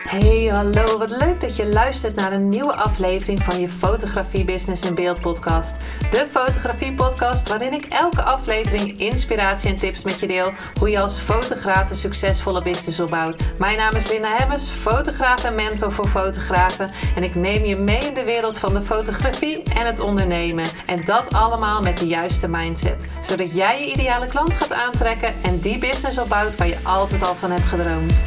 Hey, hallo. Wat leuk dat je luistert naar een nieuwe aflevering van je Fotografie Business in Beeld podcast. De fotografie podcast waarin ik elke aflevering inspiratie en tips met je deel hoe je als fotograaf een succesvolle business opbouwt. Mijn naam is Linda Hemmers, fotograaf en mentor voor fotografen. En ik neem je mee in de wereld van de fotografie en het ondernemen. En dat allemaal met de juiste mindset. Zodat jij je ideale klant gaat aantrekken en die business opbouwt waar je altijd al van hebt gedroomd.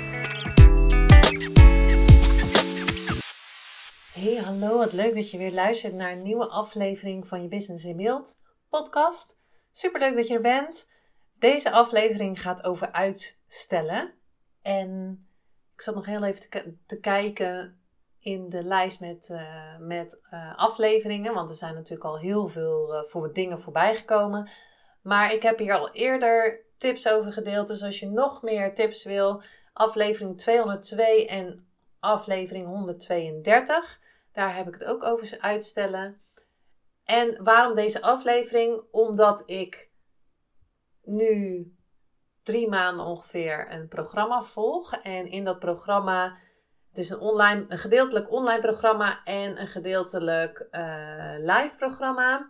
Hey, hallo, wat leuk dat je weer luistert naar een nieuwe aflevering van je Business in Beeld podcast. Superleuk dat je er bent. Deze aflevering gaat over uitstellen. En ik zat nog heel even te kijken in de lijst met afleveringen. Want er zijn natuurlijk al heel veel dingen voorbij gekomen. Maar ik heb hier al eerder tips over gedeeld. Dus als je nog meer tips wil, aflevering 202 en aflevering 132... Daar heb ik het ook over uitstellen. En waarom deze aflevering? Omdat ik nu 3 maanden ongeveer een programma volg. En in dat programma, het is een gedeeltelijk online programma en een gedeeltelijk live programma.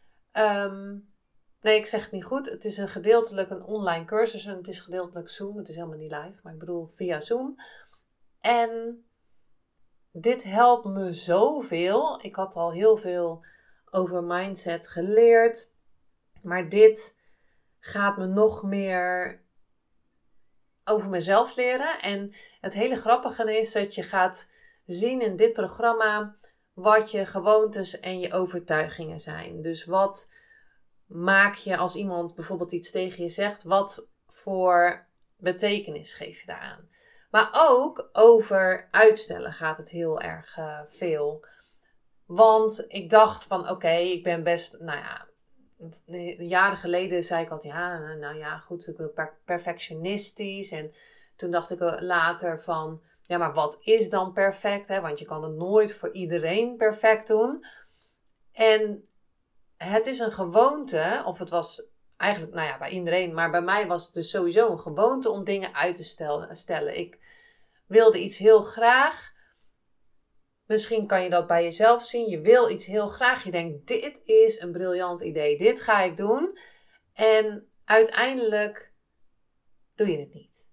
Nee, ik zeg het niet goed. Het is een online cursus en het is gedeeltelijk Zoom. Het is helemaal niet live, maar ik bedoel via Zoom. En dit helpt me zoveel. Ik had al heel veel over mindset geleerd. Maar dit gaat me nog meer over mezelf leren. En het hele grappige is dat je gaat zien in dit programma wat je gewoontes en je overtuigingen zijn. Dus wat maak je als iemand bijvoorbeeld iets tegen je zegt, wat voor betekenis geef je daaraan? Maar ook over uitstellen gaat het heel erg veel. Want ik dacht van ik ben best, jaren geleden zei ik altijd, goed, ik ben perfectionistisch. En toen dacht ik later van, maar wat is dan perfect? Hè? Want je kan het nooit voor iedereen perfect doen. En het is een gewoonte, of het was eigenlijk, bij iedereen, maar bij mij was het dus sowieso een gewoonte om dingen uit te stellen. Ik wilde iets heel graag. Misschien kan je dat bij jezelf zien. Je wil iets heel graag. Je denkt, dit is een briljant idee. Dit ga ik doen. En uiteindelijk doe je het niet.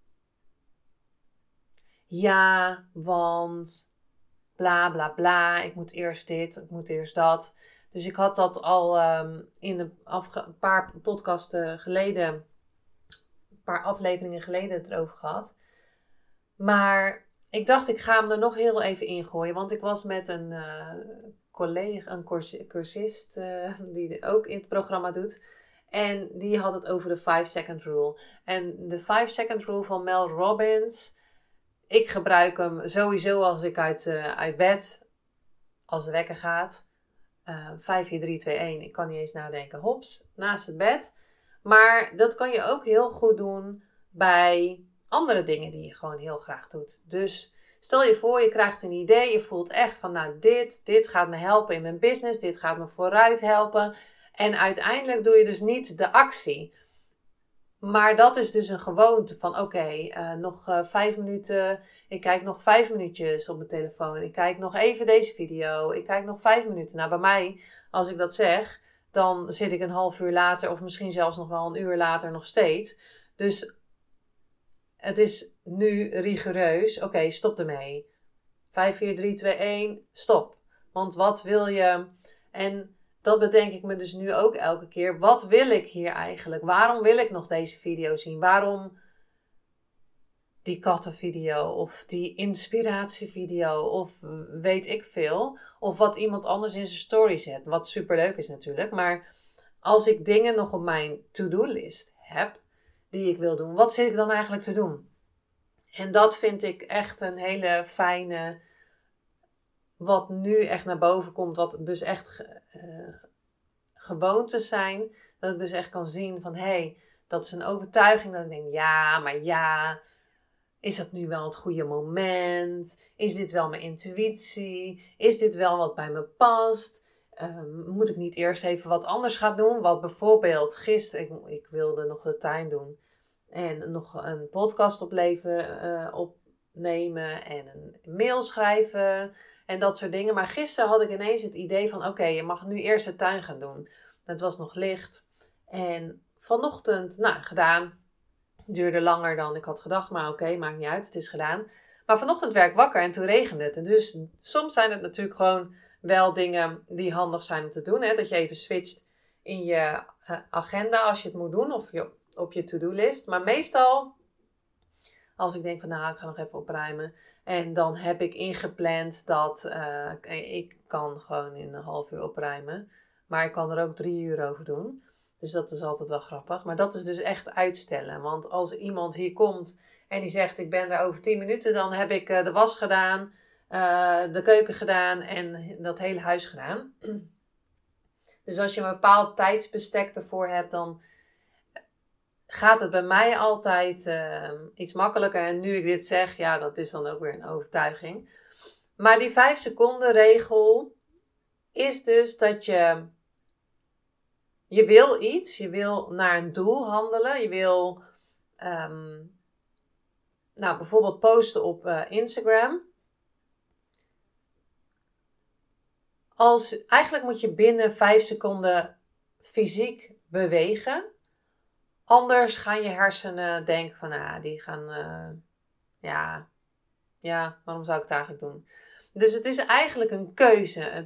Ja, want bla bla bla. Ik moet eerst dit, ik moet eerst dat. Dus ik had dat al in een paar podcasten geleden, een paar afleveringen geleden erover gehad. Maar ik dacht, ik ga hem er nog heel even ingooien. Want ik was met een collega, een cursist, die ook in het programma doet. En die had het over de 5-second rule. En de 5-second rule van Mel Robbins, ik gebruik hem sowieso als ik uit bed, als de wekker gaat. 5, 4, 3, 2, 1. Ik kan niet eens nadenken. Hops, naast het bed. Maar dat kan je ook heel goed doen bij andere dingen die je gewoon heel graag doet. Dus stel je voor, je krijgt een idee. Je voelt echt van, dit gaat me helpen in mijn business. Dit gaat me vooruit helpen. En uiteindelijk doe je dus niet de actie. Maar dat is dus een gewoonte van, nog 5 minuten. Ik kijk nog 5 minuutjes op mijn telefoon. Ik kijk nog even deze video. Ik kijk nog 5 minuten. Nou, bij mij, als ik dat zeg, dan zit ik een half uur later of misschien zelfs nog wel een uur later nog steeds. Dus het is nu rigoureus. Stop ermee. 5, 4, 3, 2, 1, stop. Want wat wil je? En dat bedenk ik me dus nu ook elke keer. Wat wil ik hier eigenlijk? Waarom wil ik nog deze video zien? Waarom die kattenvideo? Of die inspiratievideo? Of weet ik veel? Of wat iemand anders in zijn story zet. Wat superleuk is natuurlijk. Maar als ik dingen nog op mijn to-do-list heb die ik wil doen, wat zit ik dan eigenlijk te doen? En dat vind ik echt een hele fijne, wat nu echt naar boven komt, wat dus echt gewoontes zijn. Dat ik dus echt kan zien van, dat is een overtuiging. Dat ik denk, is dat nu wel het goede moment? Is dit wel mijn intuïtie? Is dit wel wat bij me past? Moet ik niet eerst even wat anders gaan doen? Wat bijvoorbeeld gisteren, ik wilde nog de tuin doen. En nog een podcast nemen en een mail schrijven en dat soort dingen. Maar gisteren had ik ineens het idee van oké, je mag nu eerst de tuin gaan doen. Het was nog licht en vanochtend, gedaan. Duurde langer dan ik had gedacht, maar oké, maakt niet uit, het is gedaan. Maar vanochtend werd ik wakker en toen regende het. En dus soms zijn het natuurlijk gewoon wel dingen die handig zijn om te doen. Hè? Dat je even switcht in je agenda als je het moet doen of op je to-do-list. Maar meestal, als ik denk van ik ga nog even opruimen. En dan heb ik ingepland dat ik kan gewoon in een half uur opruimen. Maar ik kan er ook 3 uur over doen. Dus dat is altijd wel grappig. Maar dat is dus echt uitstellen. Want als iemand hier komt en die zegt ik ben er over 10 minuten. Dan heb ik de was gedaan, de keuken gedaan en dat hele huis gedaan. Dus als je een bepaald tijdsbestek ervoor hebt, dan gaat het bij mij altijd iets makkelijker. En nu ik dit zeg, dat is dan ook weer een overtuiging. Maar die 5 seconden regel is dus dat je wil iets. Je wil naar een doel handelen. Je wil bijvoorbeeld posten op Instagram. Eigenlijk moet je binnen 5 seconden fysiek bewegen. Anders gaan je hersenen denken van, die gaan, waarom zou ik het eigenlijk doen? Dus het is eigenlijk een keuze.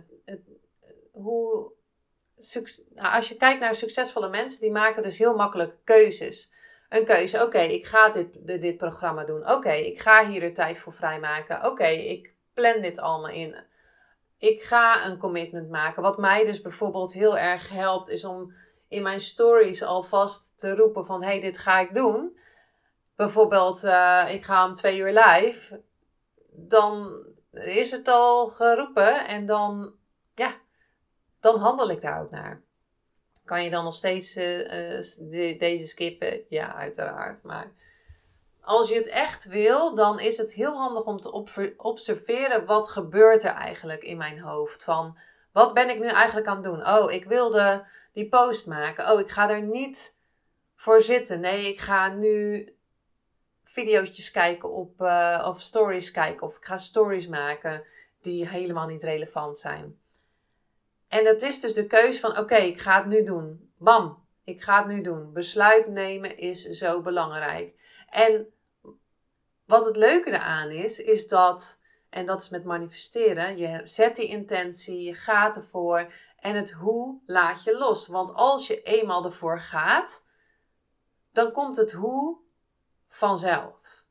Als je kijkt naar succesvolle mensen, die maken dus heel makkelijk keuzes. Een keuze, oké, ik ga dit programma doen. Oké, ik ga hier de tijd voor vrijmaken. Oké, ik plan dit allemaal in. Ik ga een commitment maken. Wat mij dus bijvoorbeeld heel erg helpt, is om in mijn stories alvast te roepen van, hey, dit ga ik doen. Bijvoorbeeld, ik ga om 2 uur live. Dan is het al geroepen en dan handel ik daar ook naar. Kan je dan nog steeds deze skippen? Ja, uiteraard. Maar als je het echt wil, dan is het heel handig om te observeren wat gebeurt er eigenlijk in mijn hoofd. Van, wat ben ik nu eigenlijk aan het doen? Oh, ik wilde die post maken. Oh, ik ga er niet voor zitten. Nee, ik ga nu video's kijken of stories kijken. Of ik ga stories maken die helemaal niet relevant zijn. En dat is dus de keuze van oké, ik ga het nu doen. Bam, ik ga het nu doen. Besluit nemen is zo belangrijk. En wat het leuke eraan is dat, en dat is met manifesteren, je zet die intentie, je gaat ervoor en het hoe laat je los. Want als je eenmaal ervoor gaat, dan komt het hoe vanzelf.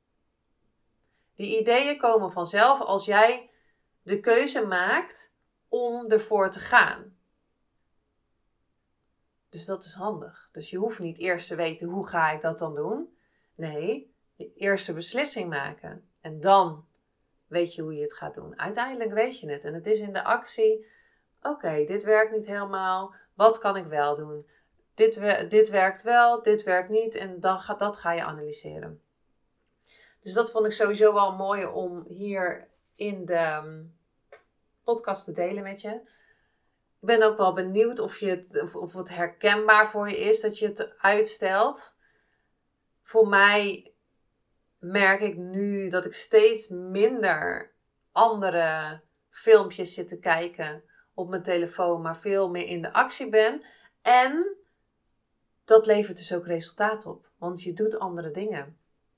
Die ideeën komen vanzelf als jij de keuze maakt om ervoor te gaan. Dus dat is handig. Dus je hoeft niet eerst te weten hoe ga ik dat dan doen. Nee, je eerst de beslissing maken. En dan weet je hoe je het gaat doen. Uiteindelijk weet je het. En het is in de actie. Oké, dit werkt niet helemaal. Wat kan ik wel doen? Dit werkt wel, dit werkt niet. En dat ga je analyseren. Dus dat vond ik sowieso wel mooi om hier in de podcast te delen met je. Ik ben ook wel benieuwd of het herkenbaar voor je is dat je het uitstelt. Voor mij merk ik nu dat ik steeds minder andere filmpjes zit te kijken op mijn telefoon, maar veel meer in de actie ben. En dat levert dus ook resultaat op, want je doet andere dingen.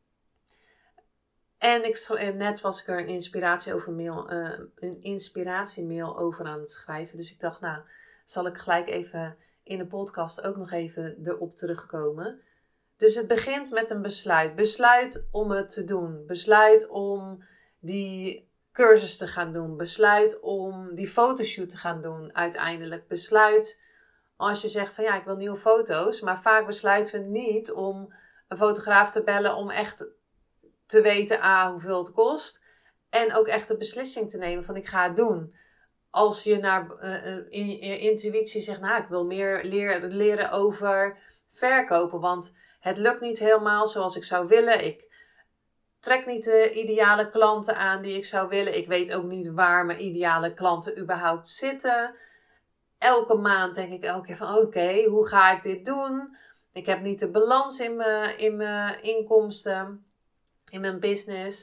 En net was ik er een inspiratiemail over aan het schrijven. Dus ik dacht, zal ik gelijk even in de podcast ook nog even erop terugkomen. Dus het begint met een besluit. Besluit om het te doen. Besluit om die cursus te gaan doen. Besluit om die fotoshoot te gaan doen uiteindelijk. Besluit als je zegt van ik wil nieuwe foto's. Maar vaak besluiten we niet om een fotograaf te bellen om echt te weten hoeveel het kost. En ook echt de beslissing te nemen van ik ga het doen. Als je in je intuïtie zegt ik wil meer leren over verkopen. Want het lukt niet helemaal zoals ik zou willen. Ik trek niet de ideale klanten aan die ik zou willen. Ik weet ook niet waar mijn ideale klanten überhaupt zitten. Elke maand denk ik elke keer van oké, hoe ga ik dit doen? Ik heb niet de balans in mijn inkomsten, in mijn business.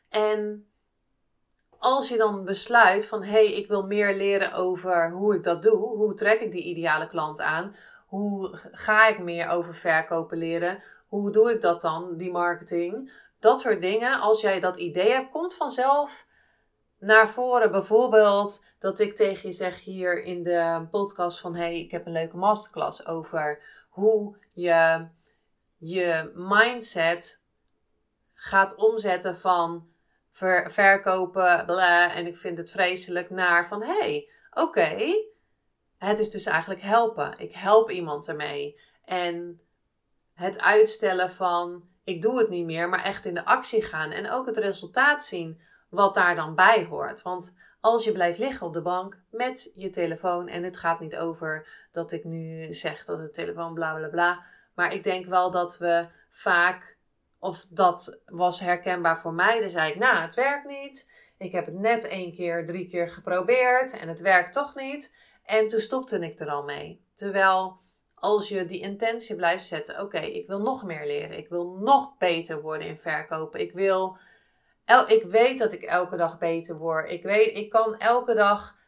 En als je dan besluit van ik wil meer leren over hoe ik dat doe. Hoe trek ik die ideale klant aan? Hoe ga ik meer over verkopen leren? Hoe doe ik dat dan, die marketing? Dat soort dingen, als jij dat idee hebt, komt vanzelf naar voren. Bijvoorbeeld dat ik tegen je zeg hier in de podcast van ik heb een leuke masterclass over hoe je je mindset gaat omzetten van verkopen en ik vind het vreselijk naar van oké, het is dus eigenlijk helpen. Ik help iemand ermee. En het uitstellen van ik doe het niet meer, maar echt in de actie gaan. En ook het resultaat zien wat daar dan bij hoort. Want als je blijft liggen op de bank met je telefoon. En het gaat niet over dat ik nu zeg dat de telefoon bla bla bla. Maar ik denk wel dat we vaak, of dat was herkenbaar voor mij. Dan zei ik, het werkt niet. Ik heb het net 3 keer geprobeerd en het werkt toch niet. En toen stopte ik er al mee. Terwijl als je die intentie blijft zetten. Ik wil nog meer leren. Ik wil nog beter worden in verkopen. Ik weet dat ik elke dag beter word. Ik kan elke dag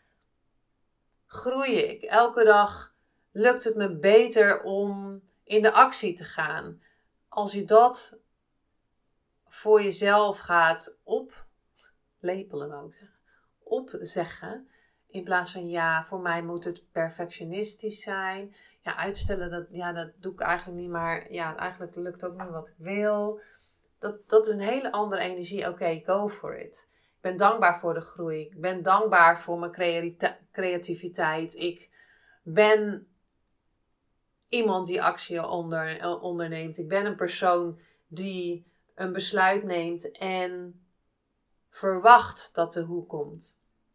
groeien. Elke dag lukt het me beter om in de actie te gaan. Als je dat voor jezelf gaat oplepelen, wou ik zeggen. Opzeggen. In plaats van voor mij moet het perfectionistisch zijn. Ja, uitstellen, dat doe ik eigenlijk niet. Maar eigenlijk lukt ook niet wat ik wil. Dat is een hele andere energie. Go for it. Ik ben dankbaar voor de groei. Ik ben dankbaar voor mijn creativiteit. Ik ben iemand die actie onderneemt. Ik ben een persoon die een besluit neemt en verwacht dat de hoe komt.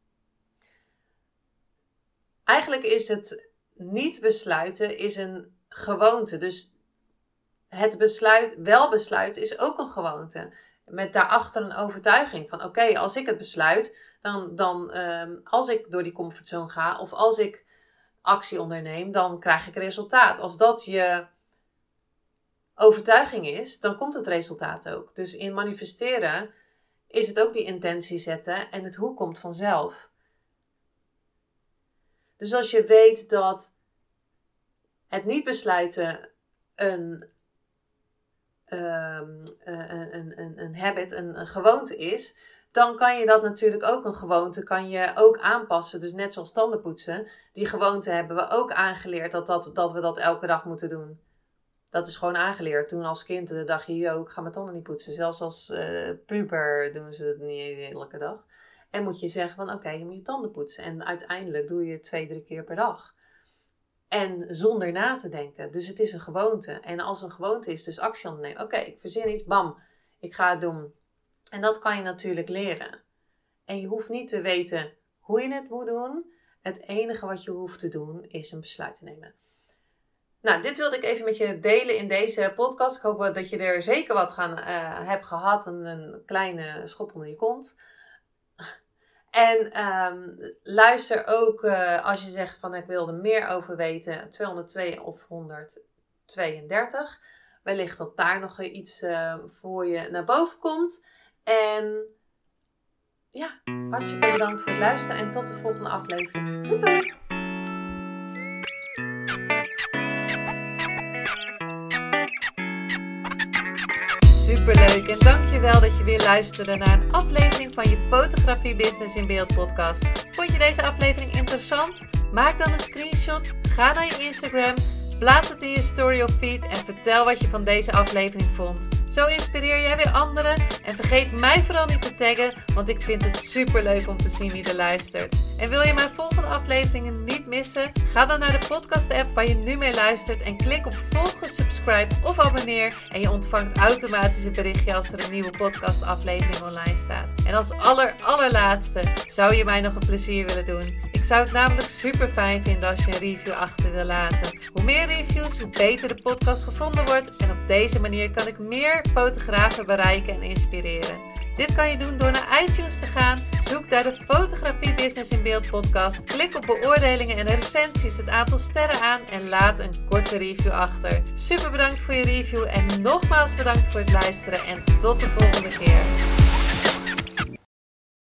Eigenlijk is het niet besluiten is een gewoonte. Dus het besluiten is ook een gewoonte. Met daarachter een overtuiging van als ik het besluit, dan als ik door die comfortzone ga of als ik actie onderneem, dan krijg ik resultaat. Als dat je overtuiging is, dan komt het resultaat ook. Dus in manifesteren is het ook die intentie zetten en het hoe komt vanzelf. Dus als je weet dat het niet besluiten een habit, een gewoonte is, dan kan je dat natuurlijk ook een gewoonte, kan je ook aanpassen. Dus net zoals tandenpoetsen, die gewoonte hebben we ook aangeleerd dat we dat elke dag moeten doen. Dat is gewoon aangeleerd. Toen als kind dacht je, ik ga mijn tanden niet poetsen. Zelfs als puber doen ze het niet elke dag. En moet je zeggen van je moet je tanden poetsen. En uiteindelijk doe je het 2-3 keer per dag. En zonder na te denken. Dus het is een gewoonte. En als een gewoonte is, dus actie ondernemen. Ik verzin iets, bam, ik ga het doen. En dat kan je natuurlijk leren. En je hoeft niet te weten hoe je het moet doen. Het enige wat je hoeft te doen is een besluit te nemen. Nou, dit wilde ik even met je delen in deze podcast. Ik hoop dat je er zeker wat hebt gehad. Een kleine schop onder je kont. En luister ook als je zegt van ik wil er meer over weten. 202 of 132. Wellicht dat daar nog iets voor je naar boven komt. En hartstikke bedankt voor het luisteren. En tot de volgende aflevering. Doei doei! Superleuk en dankjewel dat je weer luisterde naar een aflevering van je Fotografie Business in Beeld podcast. Vond je deze aflevering interessant? Maak dan een screenshot, ga naar je Instagram, plaats het in je story of feed en vertel wat je van deze aflevering vond. Zo inspireer jij weer anderen en vergeet mij vooral niet te taggen, want ik vind het superleuk om te zien wie er luistert. En wil je mijn volgende afleveringen niet missen? Ga dan naar de podcast app waar je nu mee luistert en klik op volgen, subscribe of abonneer en je ontvangt automatisch een berichtje als er een nieuwe podcast aflevering online staat. En als allerlaatste zou je mij nog een plezier willen doen. Ik zou het namelijk super fijn vinden als je een review achter wil laten. Hoe meer reviews, hoe beter de podcast gevonden wordt en op deze manier kan ik meer fotografen bereiken en inspireren. Dit kan je doen door naar iTunes te gaan, zoek daar de Fotografie Business in Beeld podcast, klik op beoordelingen en recensies, het aantal sterren aan en laat een korte review achter. Super bedankt voor je review en nogmaals bedankt voor het luisteren en tot de volgende keer.